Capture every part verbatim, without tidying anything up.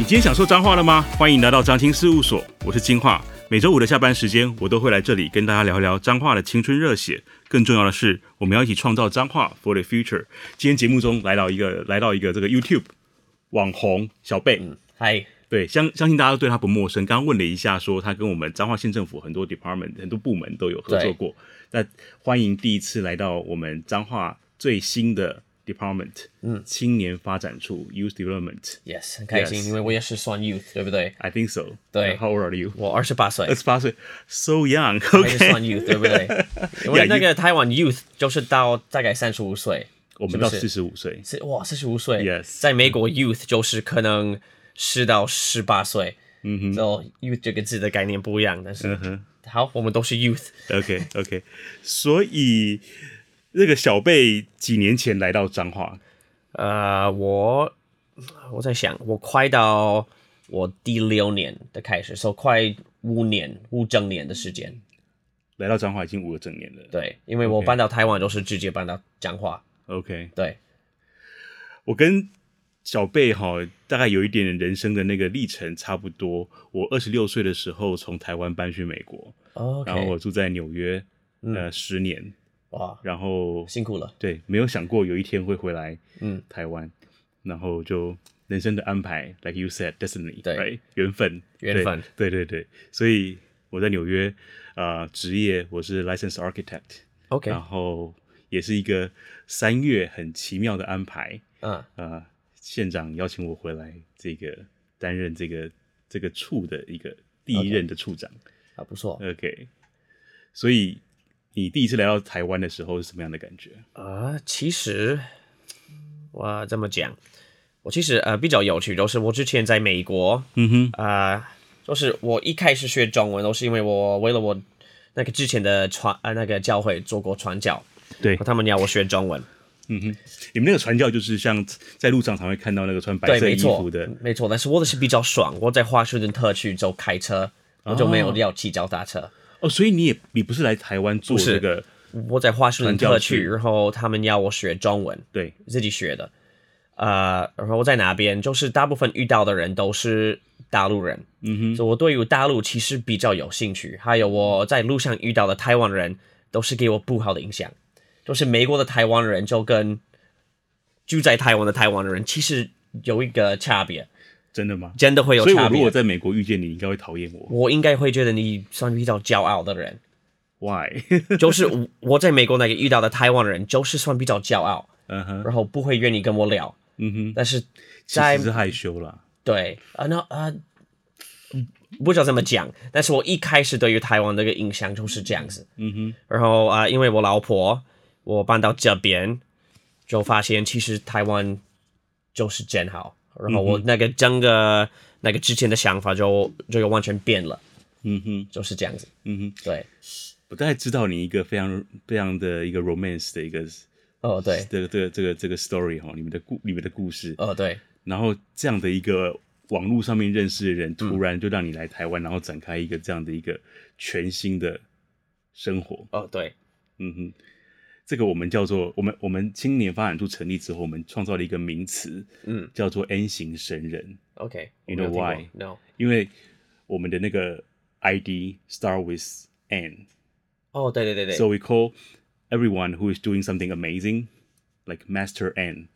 今天享受彰化了吗？欢迎来到彰青事务所，我是金化。每周五的下班时间，我都会来这里跟大家聊聊彰化的青春热血。更重要的是，我们要一起创造彰化 for the future。今天节目中来到一个来到一个这个 YouTube 网红小贝， 嗨、嗯， 对，相相信大家都对他不陌生。刚刚问了一下，说他跟我们彰化县政府很多 department 很多部门都有合作过。那欢迎第一次来到我们彰化最新的 department， 嗯，青年发展处 Youth Development。Yes， 很开心， yes. 因为我也是算 youth， 对不对 ？I think so。 对、 uh,，How old are you？ 我二十八岁。 二十八岁 ，so young。OK， 还是算 youth， 对不对？因为那个台湾 youth 就是到大概三十五岁， 我们到四十五岁。 哇，四十五岁 ，Yes。 在美国 youth 就是可能十到十八岁。嗯哼，所以 youth 这个字的概念不一样，但是、嗯、好，我们都是 youth。OK OK， 所以那个小贝几年前来到彰化， 呃，我我在想，我快到我第六年的开始，所以快五年五整年的时间。 来到彰化已经五个整年了。 对，因为我搬到台湾都是直接搬到彰化。 OK， 对， 我跟小贝哈大概有一点人生的那个历程差不多。我二十六岁的时候从台湾搬去美国， okay. 然后我住在纽约，呃，十、嗯、年。 哇， 然后辛苦了。 对，没有想过有一天会回来，嗯，台湾，然后就人生的安排 ，like you said, destiny， 对， right? 缘分， 缘分， 对对对。所以我在纽约，呃，职业我是 licensed architect，OK，、okay. 然后也是一个三月很奇妙的安排，嗯，呃。县长邀请我回来，这个担任这个这个处的一个第一任的处长， okay. 啊，不错。 OK， 所以你第一次来到台湾的时候是什么样的感觉啊、呃？其实我这么讲，我其实呃比较有趣，就是我之前在美国，嗯哼，啊、呃，就是我一开始学中文都是因为我为了我那个之前的传呃那个教会做过传教， 对， 他们要我学中文。 嗯哼，你们那个传教就是像在路上常会看到那个穿白色衣服的， 没错，但是我的是比较爽。我在华盛顿特区就开车，我就没有要骑脚踏车。 哦，所以你也你不是来台湾做这个？ 我在华盛顿特区，然后他们要我学中文， 对， 自己学的。呃，然后我在那边就是大部分遇到的人都是大陆人，嗯哼，所以我对于大陆其实比较有兴趣。还有我在路上遇到的台湾人都是给我不好的影响。就是美国的台湾人就跟住在台湾的台湾人其实有一个差别。 真的吗？ 真的会有差别。 所以我如果在美国遇见你，应该会讨厌我。 我应该会觉得你算比较骄傲的人。 Why？ 就是我在美国那个遇到的台湾人，就是算比较骄傲，嗯哼，然后不会愿意跟我聊，嗯哼。但是在其实是害羞啦。 对啊，那啊。不知道怎么讲，但是我一开始对于台湾的一个印象就是这样子，嗯哼。然后啊、呃，因为我老婆。我搬到这边，就发现其实台湾就是真好，然后我那个整个那个之前的想法就就完全变了，嗯哼，就是这样子，嗯哼，对。 我大概知道你一个非常非常的一个 romance 的一个哦，对， 这个这个这个这个 story 哈，你们的故你们的故事， 哦，对。 然后这样的一个网络上面认识的人，突然就让你来台湾，然后展开一个这样的一个全新的生活， 哦，对， 嗯哼。这个我们叫做我们我们青年发展处成立之后，我们创造了一个名词，嗯，叫做 N 型神人。 OK，You know why? No， 因为我们的那个 I D start with N。 哦，对对对对。 So we call everyone who is doing something amazing like Master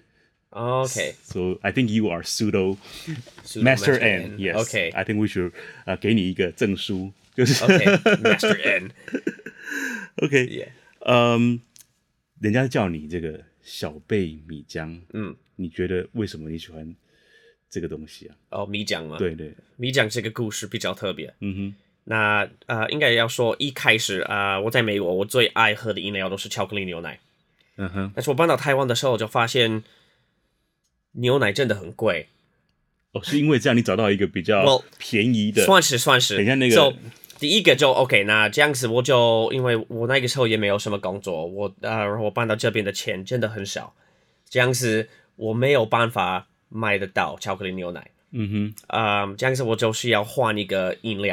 N。Okay. So I think you are pseudo, pseudo Master, Master N. N. Yes. Okay. I think we should 呃、uh, 给你一个证书，就是 OK Master N. OK. 嗯、um,。人家叫你这个小贝米浆，嗯，你觉得为什么你喜欢这个东西啊？ 哦，米浆吗？ 对对， 米浆这个故事比较特别。 嗯哼， 那呃，应该要说一开始啊、呃，我在美国，我最爱喝的饮料都是巧克力牛奶。嗯哼，但是我搬到台湾的时候，就发现牛奶真的很贵。 哦，是因为这样你找到一个比较便宜的， well, 算是算是， 很像那个。 So, 第一个就 OK， 那这样子我就因为我那个时候也没有什么工作，我呃，然后我搬到这边的钱真的很少，这样子我没有办法买得到巧克力牛奶。嗯哼，啊、呃，这样子我就是要换一个饮料。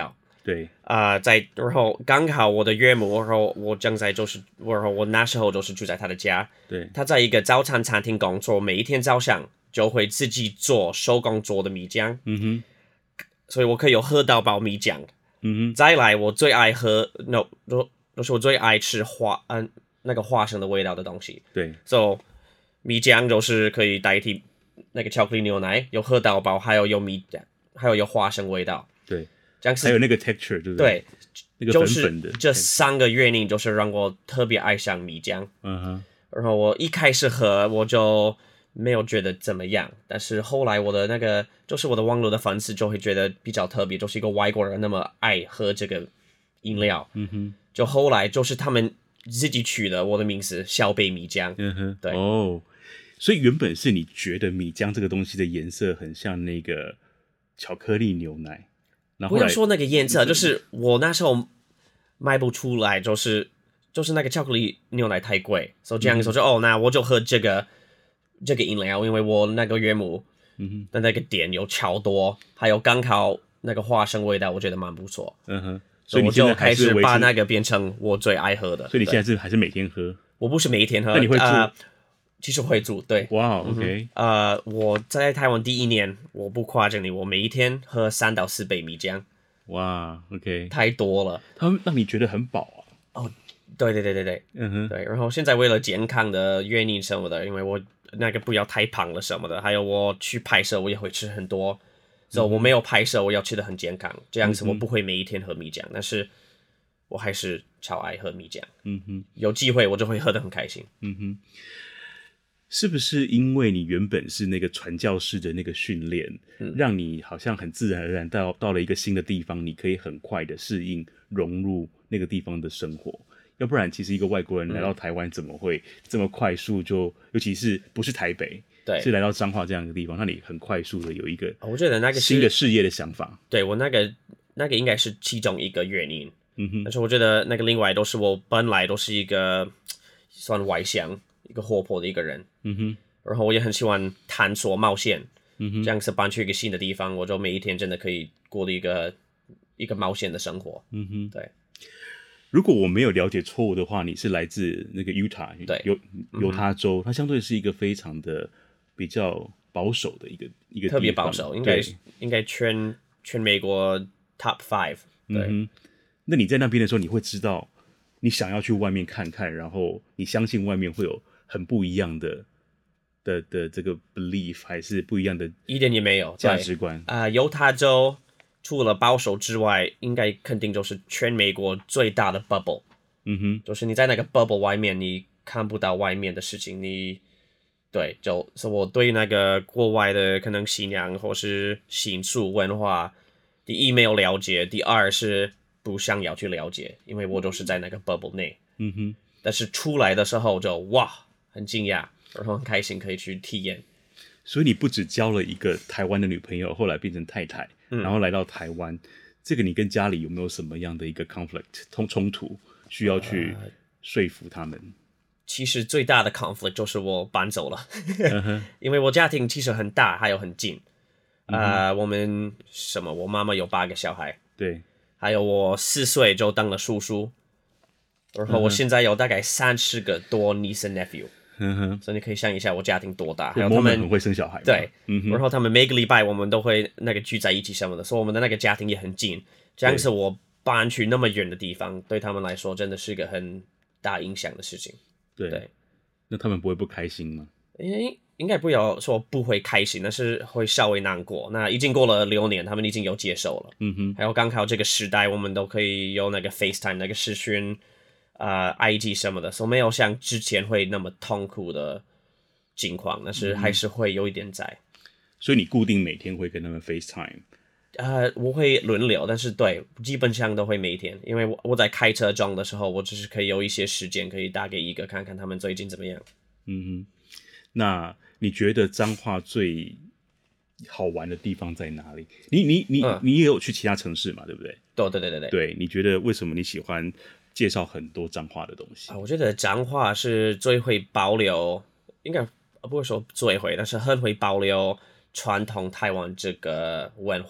对啊、呃，在然后刚好我的岳母，然后我正在就是，然后我那时候就是住在他的家， 对， 他在一个早餐餐厅工作，每一天早上就会自己做手工做的米浆， 嗯哼， 所以我可以有喝到饱米浆。 嗯哼， 再来，我最爱喝，no，就是我最爱吃花，嗯，那个花生的味道的东西。 对 ，so 米浆就是可以代替那个巧克力牛奶，有喝到饱，还有有米，还有有花生味道。 对， 这样是还有那个 texture， 对不对？ 对， 那个粉粉的。 就是这三个原因，就是让我特别爱上米浆。 嗯哼， 然后我一开始喝，我就没有觉得怎么样，但是后来我的那个，就是我的网络的粉丝就会觉得比较特别，就是一个外国人那么爱喝这个饮料。 嗯哼， 就后来就是他们自己取的我的名字小杯米浆。 嗯哼， 对哦，所以原本是你觉得米浆这个东西的颜色很像那个巧克力牛奶，然后后来不要说那个颜色，就是我那时候卖不出来，就是就是那个巧克力牛奶太贵，所以这样说就、嗯、哦，那我就喝这个这个饮料，因为我那个岳母的那个点有超多，还有刚好那个花生味道，我觉得蛮不错。 嗯哼， 所以你我就开始把那个变成我最爱喝的。 所以你现在是还是每天喝？ 我不是每一天喝， 那你会做？ 呃其实我会做，对。 哇、wow, ，OK、 嗯。呃，我在台湾第一年，我不夸张你，我每一天喝三到四杯米浆。 哇、wow, ，OK， 太多了。 他们让你觉得很饱啊。 哦，对对对对对， 嗯哼， 对。然后现在为了健康的原因什么的，因为我那个不要太胖了什么的，还有我去拍摄，我也会吃很多。所以、嗯 so, 我没有拍摄，我要吃的很健康，这样子我不会每一天喝米浆，嗯、但是我还是超爱喝米浆。 嗯哼， 有机会我就会喝得很开心。 嗯哼。是不是因为你原本是那个传教士的那个训练，嗯、让你好像很自然而然到到了一个新的地方，你可以很快的适应融入那个地方的生活？要不然，其实一个外国人来到台湾，怎么会这么快速就，尤其是不是台北， 对， 是来到彰化这样一个地方，那你很快速的有一个， 我觉得那个新的事业的想法。 对我那个那个应该是其中一个原因， 嗯哼。 但是我觉得那个另外都是我本来都是一个算外向、一个活泼的一个人。 嗯哼。 然后我也很喜欢探索冒险， 嗯哼， 这样子搬去一个新的地方，我就每一天真的可以过的一个一个冒险的生活。 嗯哼， 对。 如果我没有了解错误的话，你是来自那个 Utah， 对， 犹犹他州，嗯、它相对是一个非常的比较保守的一个一个地方， 特别保守，应该应该全全美国 top five。对、 嗯，那你在那边的时候，你会知道你想要去外面看看，然后你相信外面会有很不一样的。的的这个 belief 还是不一样的， 一点也没有价值观啊。犹他州除了保守之外，应该肯定就是全美国最大的 bubble。 嗯哼， 就是你在那个 bubble 外面，你看不到外面的事情。你对，就是我对那个国外的可能信仰或是习俗文化，第一没有了解，第二是不想要去了解，因为我都是在那个 bubble 内。 嗯哼， 但是出来的时候就哇，很惊讶。然后很开心可以去体验， 所以你不只交了一个台湾的女朋友，后来变成太太，嗯、然后来到台湾，这个你跟家里有没有什么样的一个 conflict 冲冲突，需要去说服他们？呃、 其实最大的 conflict 就是我搬走了，因为我家庭其实很大，还有很近，嗯、呃，我们什么，我妈妈有八个小孩， 对， 还有我四岁就当了叔叔，然后我现在有大概三十个多 niece and nephew。 嗯哼， 所以你可以想一下我家庭多大，还有他们很会生小孩， 对，嗯、然后他们每个礼拜我们都会那个聚在一起什么的，所以我们的那个家庭也很近。这样子我搬去那么远的地方，对他们来说真的是一个很大影响的事情。 对， 对， 那他们不会不开心吗？ 应应该不要说不会开心，但是会稍微难过。那已经过了六年，他们已经有接受了。 嗯哼， 还有刚好这个时代，我们都可以有那个 FaceTime 那个视讯。呃 ，I G 什么的，所以没有像之前会那么痛苦的情况，但是还是会有一点在。嗯、 所以你固定每天会跟他们 FaceTime？ 呃，我会轮流，但是对，基本上都会每天，因为我我在开车中的时候，我只是可以有一些时间可以打给一个看看他们最近怎么样。 嗯哼，那你觉得彰化最好玩的地方在哪里？你你你、嗯、你也有去其他城市嘛？对不对？ 对对对对对。 对，你觉得为什么你喜欢？介绍很多彰化的东西啊，我觉得彰化是最会保留，应该不会说最会，但是很会保留传统台湾这个文化。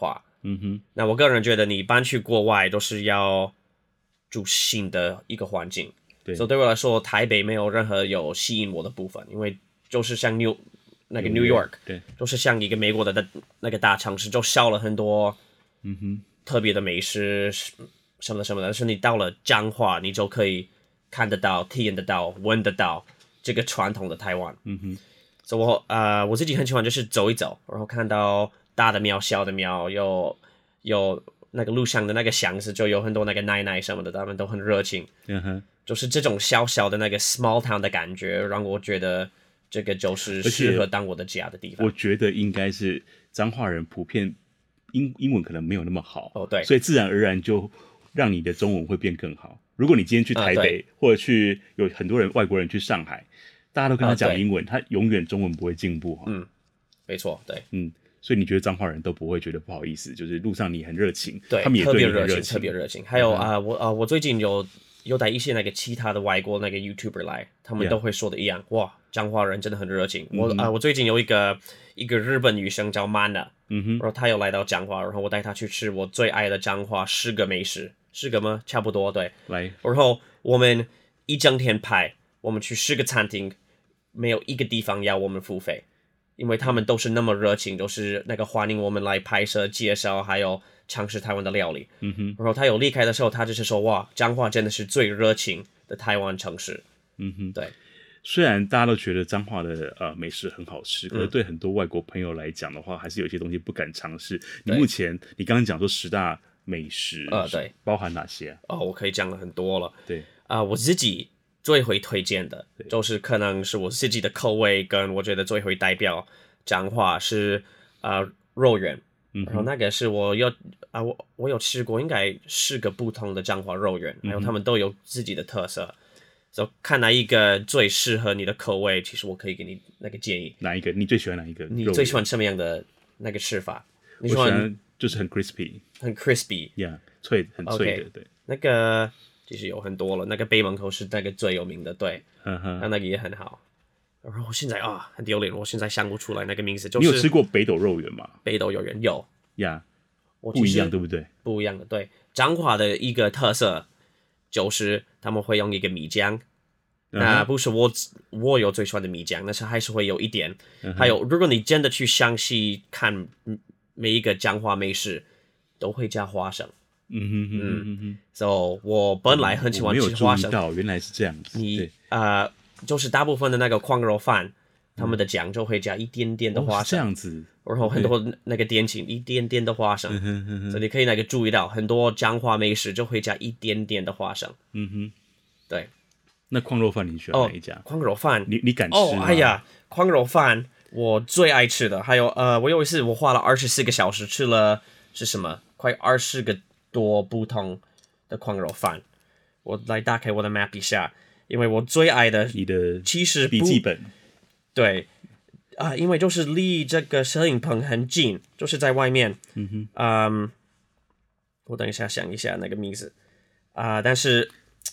嗯哼，那我个人觉得你搬去国外都是要住新的一个环境， 对， 所以对我来说，台北没有任何有吸引我的部分，因为就是像 New 那个 New York， 对， 就是像一个美国的的那个大城市，就少了很多嗯哼特别的美食什么的什么的，但是你到了彰化，你就可以看得到、体验得到、闻得到这个传统的台湾。嗯哼，所以我呃我自己很喜欢就是走一走，然后看到大的庙、小的庙，有有那个路上的那个巷子，就有很多那个奶奶什么的，他们都很热情。嗯哼，就是这种小小的那个 small town 的感觉，让我觉得这个就是适合当我的家的地方。 我觉得应该是彰化人普遍英英文可能没有那么好， 哦对， 所以自然而然就让你的中文会变更好。如果你今天去台北、啊、或者去有很多人外国人去上海，大家都跟他讲英文，啊、他永远中文不会进步。 嗯，没错，对， 嗯，所以你觉得彰化人都不会觉得不好意思，就是路上你很热情， 对， 他们也对你很热情，特别热情。还有啊、嗯呃，我啊、呃，我最近有有带一些那个其他的外国那个 YouTuber 来，他们都会说的一样， yeah. 哇，彰化人真的很热情。我啊、嗯呃，我最近有一个一个日本女生叫 Mana， 嗯哼，然后她有来到彰化，然后我带她去吃我最爱的彰化十个美食，十个吗？差不多，对， 来， 然后我们一整天拍，我们去十个餐厅，没有一个地方要我们付费。因为他们都是那么热情，都是那个欢迎我们来拍摄、介绍，还有尝试台湾的料理。嗯哼。然后他有离开的时候，他就是说：“哇，彰化真的是最热情的台湾城市。”嗯哼，对。 虽然大家都觉得彰化的呃美食很好吃，可是对很多外国朋友来讲的话，还是有些东西不敢尝试。你目前你刚刚讲说十大美食， 呃，对， 包含哪些啊？ 哦，我可以讲了很多了。 对啊、呃，我自己最会推荐的，就是可能是我自己的口味，跟我觉得最会代表彰化是啊、呃、肉圆，然后那个是我有啊、呃、我我有吃过，应该四个不同的彰化肉圆，还有他们都有自己的特色，所以看哪一个最适合你的口味，其实我可以给你那个建议。 哪一个？你最喜欢哪一个？ 你最喜欢什么样的那个吃法？你喜欢我喜欢就是很 crispy， 很 crispy， yeah， 脆很脆的， okay, 对， 那个。其实有很多了，那个北门口是那个最有名的，对，嗯哼，那那个也很好。然后我现在啊，很丢脸，我现在想不出来那个名字。就是你有吃过北斗肉圆吗？ 北斗肉圆有呀， yeah, 不一样，对不对？ 不一样的，对。彰化的一个特色就是他们会用一个米浆，嗯、那不是我我有最喜欢的米浆，但是还是会有一点。嗯、还有，如果你真的去详细看每一个彰化美食，都会加花生。嗯哼哼哼哼 ，so 我本来很喜欢吃花生， 我没有注意到原来是这样子。 你呃，就是大部分的那个矿肉饭，他们的酱就会加一点点的花生，哦、 这样子。 然后很多那个点心一点点的花生，嗯、所以你可以那个注意到，很多彰化美食就会加一点点的花生。嗯哼，对。 那矿肉饭你喜欢哪一家？ 哦、矿肉饭， 你你敢吃吗？ 哦，哎呀，矿肉饭我最爱吃的，还有呃，我有一次我花了二十四个小时吃了是什么？快二十个。多不同的矿肉饭，我来打开我的 map 一下，因为我最爱的你的其实笔记本， 对啊、呃，因为就是离这个摄影棚很近，就是在外面。嗯哼，嗯，我等一下想一下那个名字啊、呃，但是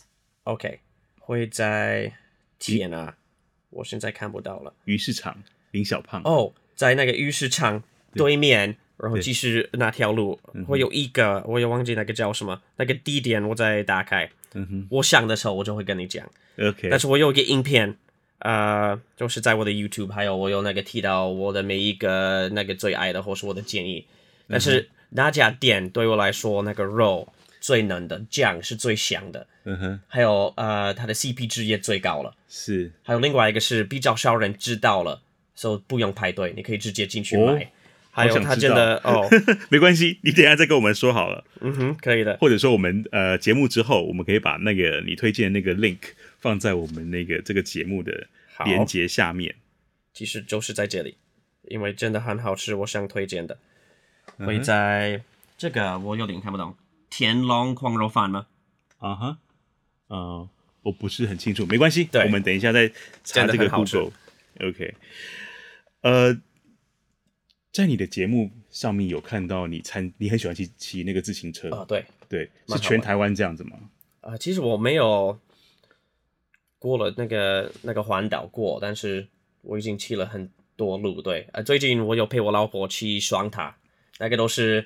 OK 会在天啊，我现在看不到了。 鱼市场林小胖哦，在那个鱼市场对面。然后继续那条路会有一个，我也忘记那个叫什么，那个地点我再打开。嗯哼，我想的时候我就会跟你讲。 OK， 但是我有一个影片，呃，就是在我的 YouTube， 还有我有那个提到我的每一个那个最爱的或是我的建议。但是那家店对我来说，那个肉最嫩的，酱是最香的。嗯哼，还有呃，它的 C P 值也最高了。 是， 还有另外一个是比较少人知道了，所以不用排队，你可以直接进去买。哦，还有他真的哦， 没关系，你等一下再跟我们说好了。 嗯哼，可以的。 或者说我们呃节目之后，我们可以把那个你推荐的那个 link 放在我们那个这个节目的连结下面。 其实就是在这里，因为真的很好吃，我想推荐的。嗯、会在这个我有点看不懂，田龙矿肉饭吗？ 啊哈，呃，我不是很清楚，没关系， 对， 我们等一下再查这个 Google。OK， 呃。在你的节目上面有看到你参，你很喜欢骑骑那个自行车啊、呃？对对，是全台湾这样子吗？ 啊、呃，其实我没有过了那个那个环岛过，但是我已经骑了很多路。对，呃，最近我有陪我老婆骑双塔，那个都是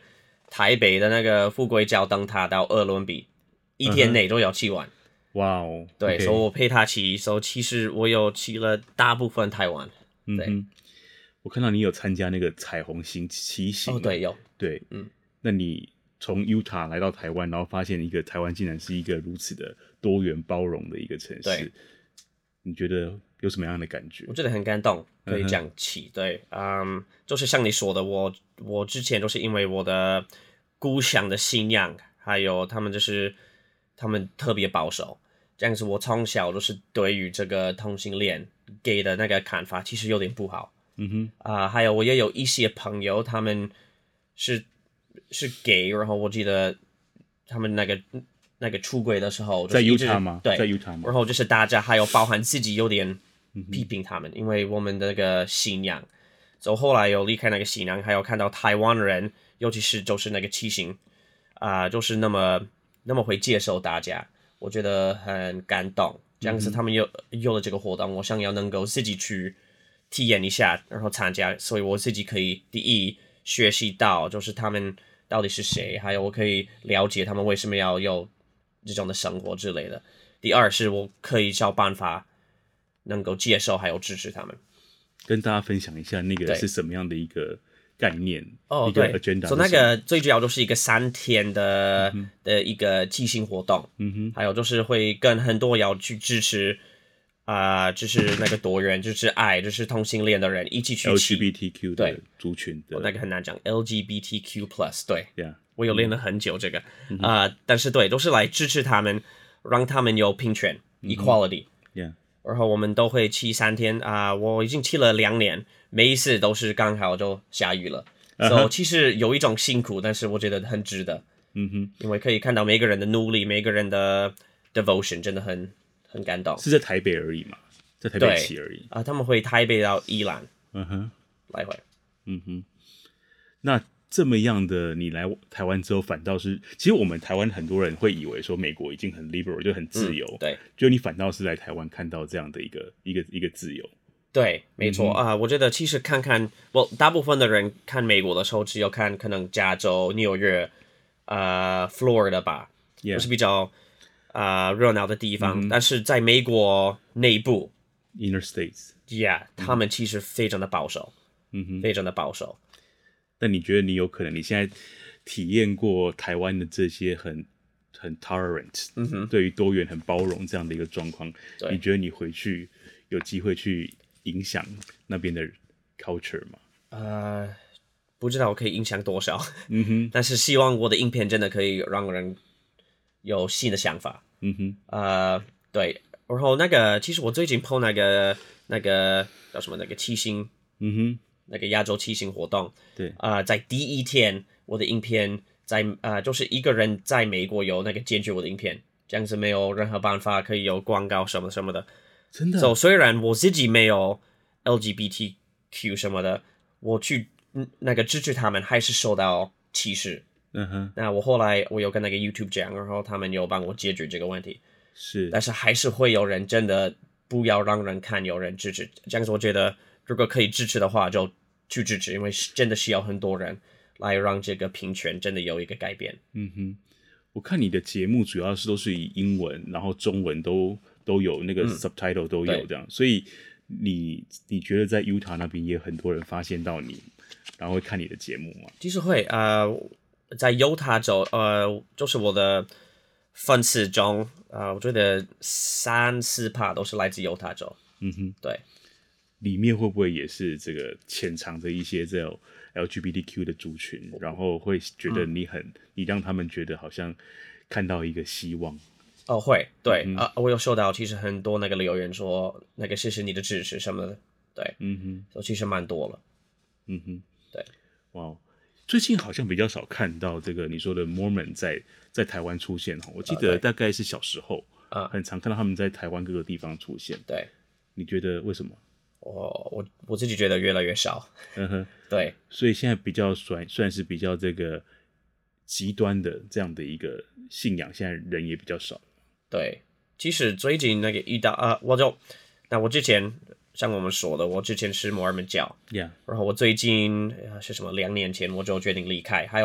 台北的那个富贵角灯塔到哥伦比，一天内都有骑完。 哇哦！ 对， okay. 所以我陪他骑，所以其实我有骑了大部分台湾。对， 嗯、我看到你有参加那个彩虹行骑行。 哦，对，有。 对，嗯，那你从 Utah 来到台湾，然后发现一个台湾竟然是一个如此的多元包容的一个城市，你觉得有什么样的感觉？ 我觉得很感动，可以这样骑。嗯、对，嗯，就是像你说的，我我之前就是因为我的故乡的信仰，还有他们就是他们特别保守，这样子我从小就是对于这个同性恋 gay 的那个看法其实有点不好。 嗯哼， 啊、呃，还有我也有一些朋友，他们是是 gay， 然后我记得他们那个那个出轨的时候， 在 Utah 吗？ 对， 在 Utah 吗？ 然后就是大家还有包含自己有点批评他们，嗯、因为我们的那个信仰。所以后来有离开那个信仰，还有看到台湾人，尤其是就是那个骑行啊、呃，就是那么那么会接受大家，我觉得很感动。这样子他们有有了这个活动，我想要能够自己去体验一下，然后参加，所以我自己可以第一学习到就是他们到底是谁，还有我可以了解他们为什么要有这种的生活之类的。第二是我可以找办法能够接受还有支持他们。 跟大家分享一下那个是什么样的一个概念哦， 一个 agenda。 所以那个最主要就是一个三天的、嗯、的一个骑行活动， 嗯哼， 还有就是会跟很多要去支持啊、呃，就是那个多元，就是爱，就是同性恋的人一起去骑 L G B T Q 的族群的， 那个很难讲 L G B T Q plus， 对， yeah, 我有练了很久这个啊、嗯呃，但是对，都是来支持他们，让他们有平权、嗯、equality， yeah。 然后我们都会骑三天啊、呃，我已经骑了两年，每一次都是刚好就下雨了，所以、uh-huh. so, 其实有一种辛苦，但是我觉得很值得， 嗯哼， 因为可以看到每个人的努力，每个人的 devotion 真的很很感动。 是在台北而已嘛，在台北骑而已啊、呃，他们会台北到宜兰， 嗯哼， 来回， 嗯哼，那这么样的你来台湾之后，反倒是，其实我们台湾很多人会以为说美国已经很 liberal 就很自由， 嗯、对， 就你反倒是来台湾看到这样的一个一个一个自由， 对，没错啊、嗯呃，我觉得其实看看，我大部分的人看美国的时候，只有看可能加州、纽约、呃，Florida 吧， yeah. 就是比较啊、呃、热闹的地方，嗯、但是在美国内部 ，Inner States，yeah，、 嗯、他们其实非常的保守， 嗯哼， 非常的保守。 但你觉得你有可能你现在体验过台湾的这些很很 tolerant， 嗯哼， 对于多元很包容这样的一个状况，你觉得你回去有机会去影响那边的 culture 吗？ 呃，不知道我可以影响多少， 嗯哼， 但是希望我的影片真的可以让人有新的想法， 嗯哼， 呃，对，然后那个其实我最近 po 那个那个叫什么那个骑行， 嗯哼。 那个亚洲骑行活动， 对， 啊、呃，在第一天，我的影片在啊、呃，就是一个人在美国有那个检举我的影片，这样子没有任何办法可以有广告什么什么的， 真的。 所、so, 虽然我自己没有 L G B T Q 什么的，我去那个支持他们还是受到歧视。 嗯哼。 那我后来我有跟那个 YouTube 讲，然后他们有帮我解决这个问题。 是， 但是还是会有人真的不要让人看，有人支持，这样子我觉得。如果可以支持的话，就去支持，因为真的需要很多人来让这个平权真的有一个改变。 嗯哼，我看你的节目主要是都是以英文，然后中文都都有那个 subtitle 都有这样，嗯、所以你你觉得在 Utah 那边也有很多人发现到你，然后会看你的节目吗？ 其实会，呃，在 Utah 州，呃，就是我的粉丝中，呃，我觉得三四趴都是来自 Utah 州。 嗯哼， 对。 里面会不会也是这个潜藏着一些这种 L G B T Q 的族群，然后会觉得你很，嗯、你让他们觉得好像看到一个希望？ 哦，会，对，嗯、啊，我有收到其实很多那个留言说那个谢谢你的支持什么的，对， 嗯哼， 所以其实蛮多了， 嗯哼， 对， 哇，最近好像比较少看到这个你说的 Mormon 在在台湾出现，我记得大概是小时候啊、呃，很常看到他们在台湾各个地方出现， 对， 你觉得为什么？ 我我我自己觉得越来越少， 嗯哼， 对， 所以现在比较算算是比较这个极端的这样的一个信仰，现在人也比较少。 对，其实最近那个遇到啊、呃，我就那我之前像我们说的，我之前是摩尔门教 ，yeah， 然后我最近是什么两年前我就决定离开，还有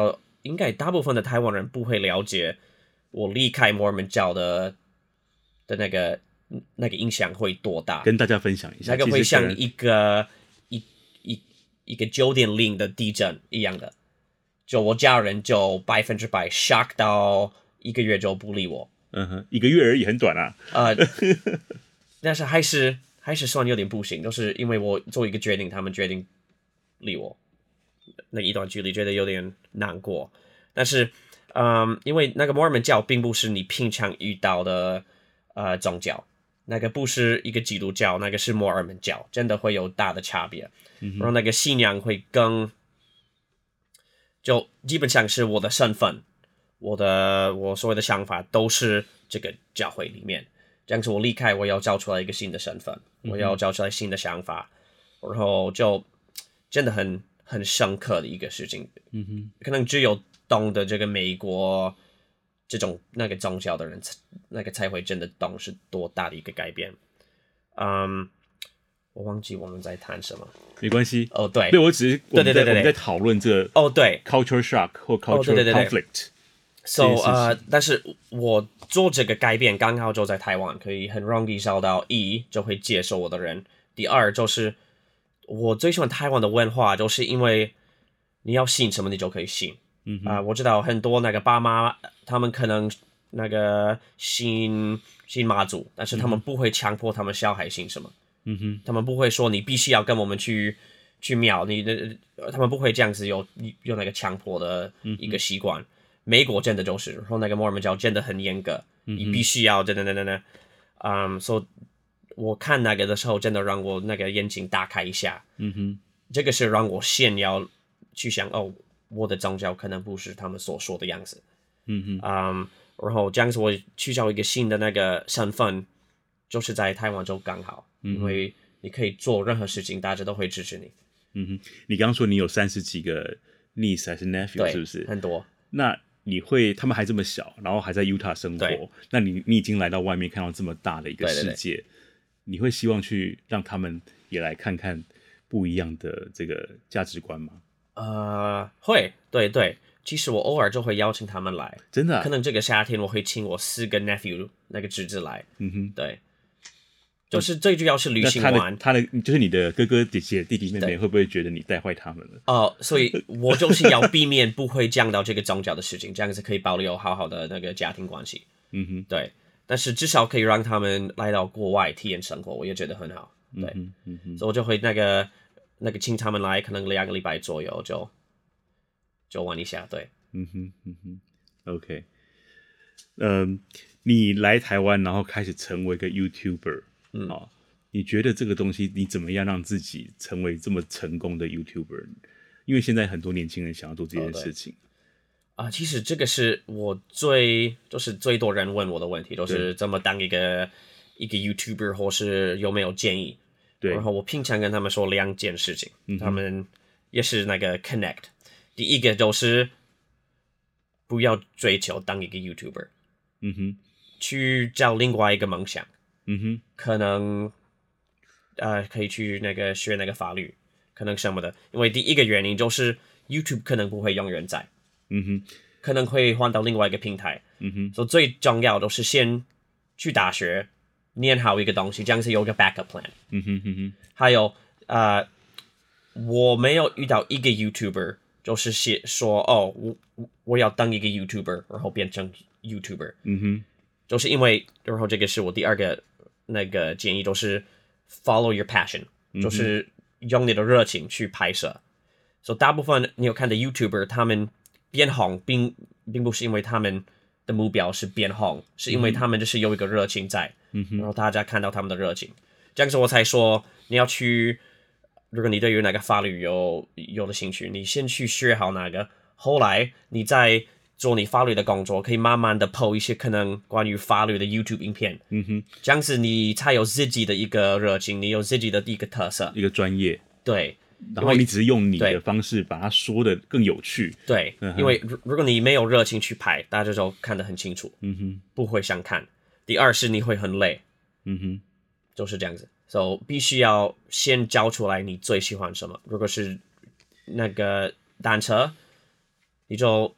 应该大部分的台湾人不会了解我离开摩门教的的那个那个影响会多大。 跟大家分享一下， 那个会像一个一一一个九点零的地震一样的，就我家人就百分之百 shock 到一个月就不理我。 嗯哼，一个月而已，很短啊。 呃，但是还是还是算有点不行，就是因为我做一个决定，他们决定理我。那一段距离觉得有点难过，但是，嗯，因为那个摩门教并不是你平常遇到的呃宗教，那个不是一个基督教，那个是摩尔门教，真的会有大的差别。嗯、然后那个信仰会更，就基本上是我的身份，我的我所有的想法都是这个教会里面。这样子我离开，我要找出来一个新的身份，我要找出来新的想法，然后就真的很。很深刻的一个事情，嗯哼，可能只有懂得这个美国这种那个宗教的人，那个才会真的懂是多大的一个改变。嗯，我忘记我们在谈什么， 没关系。 哦，对， 对我只是对对对对， 我们在讨论这个哦，对 ，culture shock 或 culture conflict。So 呃，但是我做这个改变刚好就在台湾，可以很容易找到一就会接受我的人，第二就是。我最喜欢台湾的文化，就是因为你要信什么，你就可以信。嗯啊、呃，我知道很多那个爸妈，他们可能那个信信妈祖，但是他们不会强迫他们小孩信什么。嗯哼，他们不会说你必须要跟我们去去庙，你的他们不会这样子有有那个强迫的一个习惯。嗯、美国真的就是，然后那个摩尔门教真的很严格，嗯、你必须要等等等等等，嗯，所以。我看那个的时候，真的让我那个眼睛打开一下。嗯哼，这个是让我先要去想，哦，我的宗教可能不是他们所说的样子。嗯哼，嗯，然后这样子我去找一个新的那个身份，就是在台湾就刚好，嗯、因为你可以做任何事情，大家都会支持你。 嗯哼，你刚刚说你有三十几个 niece 还是 nephew 是不是？ 很多。 那你会他们还这么小，然后还在 Utah 生活，那你你已经来到外面看到这么大的一个世界。对对对，你会希望去让他们也来看看不一样的这个价值观吗？ 呃，会，对对。其实我偶尔就会邀请他们来， 真的、啊。 可能这个夏天我会请我四个 nephew 那个侄子来。嗯哼，对。就是最主要是旅行玩。 他的，他的就是你的哥哥姐姐、弟弟妹妹会不会觉得你带坏他们了？ 哦、呃，所以我就是要避免不会讲到这个宗教的事情，这样子可以保留好好的那个家庭关系。嗯哼，对。但是至少可以让他们来到国外体验生活，我也觉得很好。对，嗯嗯嗯、所以我就会那个那个请他们来，可能两个礼拜左右就就玩一下。对， 嗯哼嗯哼 ，OK， 嗯，你来台湾，然后开始成为一个 YouTuber， 嗯，哦，你觉得这个东西你怎么样让自己成为这么成功的 YouTuber？ 因为现在很多年轻人想要做这件事情。哦啊、呃，其实这个是我最就是最多人问我的问题，就是怎么当一个一个 YouTuber， 或是有没有建议？对。然后我平常跟他们说两件事情，嗯、他们也是那个 connect。第一个就是不要追求当一个 YouTuber， 嗯哼，去找另外一个梦想，嗯哼，可能呃可以去那个学那个法律，可能什么的。因为第一个原因就是 YouTube 可能不会永远在。嗯哼，可能会换到另外一个平台。嗯哼，所以最重要的是先去大学念好一个东西，这样子有一个 backup plan。嗯哼哼哼。还有呃，我没有遇到一个 YouTuber 就是写说哦，我我要当一个 YouTuber， 然后变成 YouTuber。嗯哼，就是因为然后这个是我第二个那个建议，就是 follow your passion，、嗯、就是用你的热情去拍摄。所以大部分你有看的 YouTuber 他们变红并并不是因为他们的目标是变红，是因为他们就是有一个热情在，嗯、然后大家看到他们的热情，这样子我才说你要去，如果你对于那个法律有有的兴趣，你先去学好那个，后来你再做你法律的工作，可以慢慢的 po 一些可能关于法律的 YouTube 影片，嗯哼，这样子你才有自己的一个热情，你有自己的一个特色， 一个专业， 对。 然后你只是用你的方式把它说的更有趣。 对，嗯、因为如果你没有热情去拍，大家就看得很清楚，嗯哼，不会想看。第二是你会很累，嗯哼，就是这样子。所、so, 以必须要先交出来你最喜欢什么。如果是那个单车，你就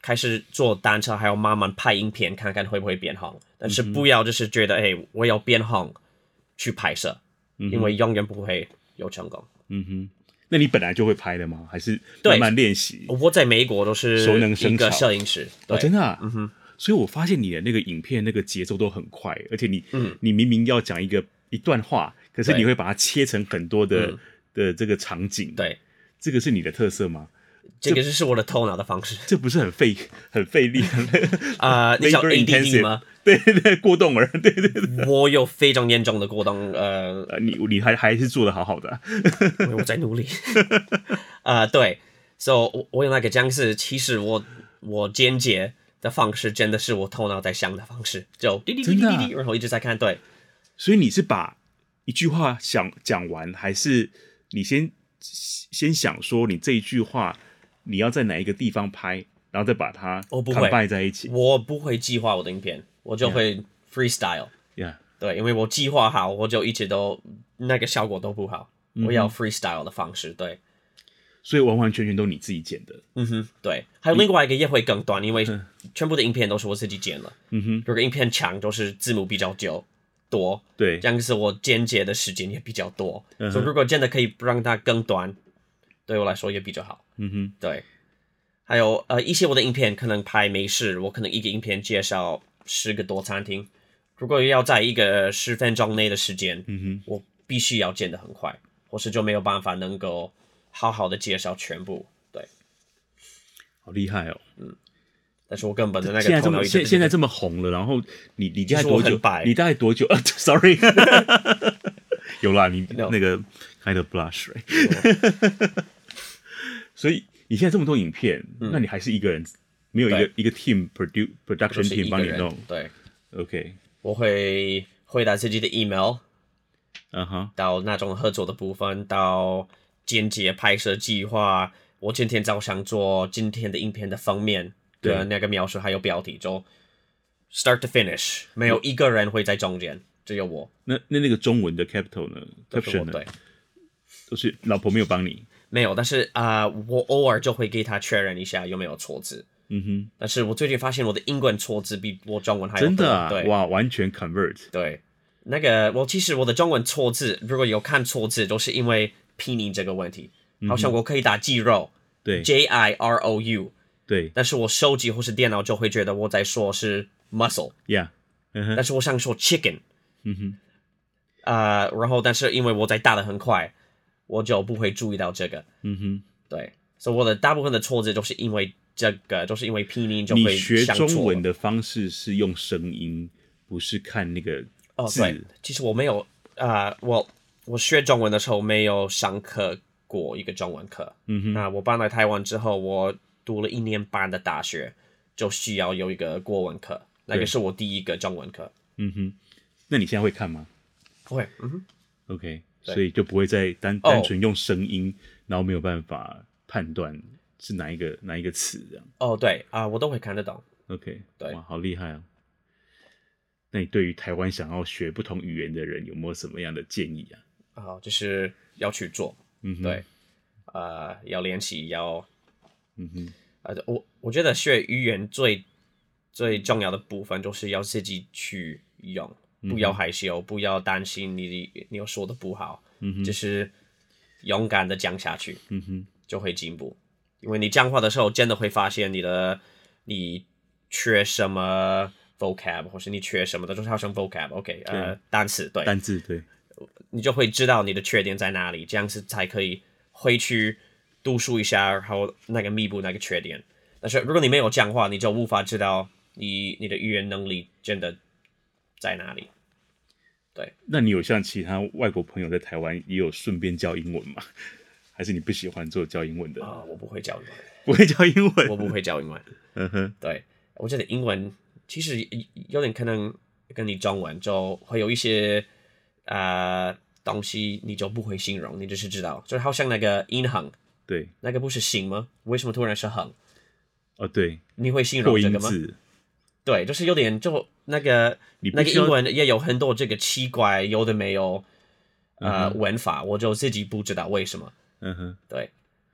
开始坐单车，还要慢慢拍影片，看看会不会变红。但是不要就是觉得，哎、嗯，我要变红去拍摄，嗯、因为永远不会有成功。 嗯哼，那你本来就会拍的吗？还是慢慢练习？ 我在美国都是一个摄影师， 哦，真的啊，嗯哼。所以我发现你的那个影片那个节奏都很快，而且你，嗯、你明明要讲一个一段话，可是你会把它切成很多的、嗯、的这个场景。 对， 这个是你的特色吗？ 这个就是我的头脑的方式。 这不是很费很费力啊？ uh, 你叫 A D D 吗？ 对对对，过动儿。对对对， 我有非常严重的过动。呃， 呃你你还还是做得好好的、啊。 我在努力。啊、uh, ，对 ，so 我我有那个僵尸，其实我我剪接的方式真的是我头脑在想的方式，就滴滴滴滴滴滴，然后一直在看。对， 所以你是把一句话想讲完，还是你先先想说你这一句话你要在哪一个地方拍，然后再把它combine在一起？ 我不会计划我的影片，我就会 freestyle。Yeah， 对，因为我计划好，我就一直都那个效果都不好。嗯、我要 freestyle 的方式，对。 所以完完全全都你自己剪的。 嗯哼，对。还有另外一个也会更短，因为全部的影片都是我自己剪了。嗯哼，如果影片长，就是字幕比较久多， 对， 这样子我剪接的时间也比较多。嗯、所以如果真的可以让它更短，对我来说也比较好。嗯哼，对。还有呃一些我的影片可能拍美食，我可能一个影片介绍十个多餐厅，如果要在一个十分钟内的时间，嗯哼，我必须要剪得很快，或是就没有办法能够好好的介绍全部。对， 好厉害哦。嗯， 但是我根本的那个现在这么现现在这么红了，然后你你大概多久？你大概多久？啊 ，sorry， 有啦，你那个 kind of blush， right？ 所以你现在这么多影片，嗯、那你还是一个人，没有一个一个 team produce production team 帮你弄。 对 ，OK， 我会回答自己的 email， 嗯哼， 到那种合作的部分，到剪接拍摄计划。我今天早上做今天的影片的封面的那个描述还有标题，就 start to finish， 没有一个人会在中间，只有我。 那那那个中文的 capital 呢 ？caption 呢？ 对， 都是老婆没有帮你。 没有，但是啊、呃，我偶尔就会给他确认一下有没有错字。嗯哼，但是我最近发现我的英文错字比我中文还要多。 真的啊？ 对， 哇，完全 convert。 对，那个我其实我的中文错字，如果有看错字，都是因为拼音这个问题。嗯、好像我可以打肌肉， 对 ，J I R O U， 对， 但是我手机或是电脑就会觉得我在说是 muscle，Yeah，、 嗯、 但是我想说 chicken， 嗯哼，啊、呃，然后但是因为我在打得很快。我就不会注意到这个，嗯哼，对，所以我的大部分的错字都是因为这个，就是因为拼音就会你学中文的方式是用声音，不是看那个字。 哦，对，其实我没有啊、呃，我我学中文的时候没有上课过一个中文课，嗯哼，那我搬来台湾之后，我读了一年半的大学，就需要有一个国文课，那个是我第一个中文课， 嗯哼，那你现在会看吗？ 会，嗯哼 ，OK。所以就不会再单单纯用声音， oh. 然后没有办法判断是哪一个哪一个词这样。 哦、oh, ，对啊、呃，我都会看得懂。 OK， 对， 哇，好厉害哦！那你对于台湾想要学不同语言的人有没有什么样的建议啊？ 啊、呃，就是要去做，嗯，对，呃，要练习，要，嗯哼，呃，我我觉得学语言最最重要的部分就是要自己去用。不要害羞，不要担心你你有说的不好，嗯、就是勇敢的讲下去，嗯哼，就会进步。因为你讲话的时候，真的会发现你的你缺什么 vocab， 或是你缺什么的，就是好像 vocab，OK，、okay, 呃，单词，对， 单字，对， 你就会知道你的缺点在哪里，这样子才可以回去读书一下，然后那个弥补那个缺点。但是如果你没有讲话，你就无法知道你你的语言能力真的在哪里。对， 那你有像其他外国朋友在台湾也有顺便教英文吗？还是你不喜欢做教英文的？ 啊、呃，我不会教英文， 不会教英文， 我不会教英文。嗯哼，对，我觉得英文其实有点可能跟你中文就会有一些啊、呃、东西你就不会形容，你只是知道，就好像那个音横， 对， 那个不是形吗？为什么突然是横？ 哦，对， 你会形容这个吗？对，就是有点就那个那个英文也有很多这个奇怪有的没有呃、嗯、文法，我就自己不知道为什么。嗯哼，对，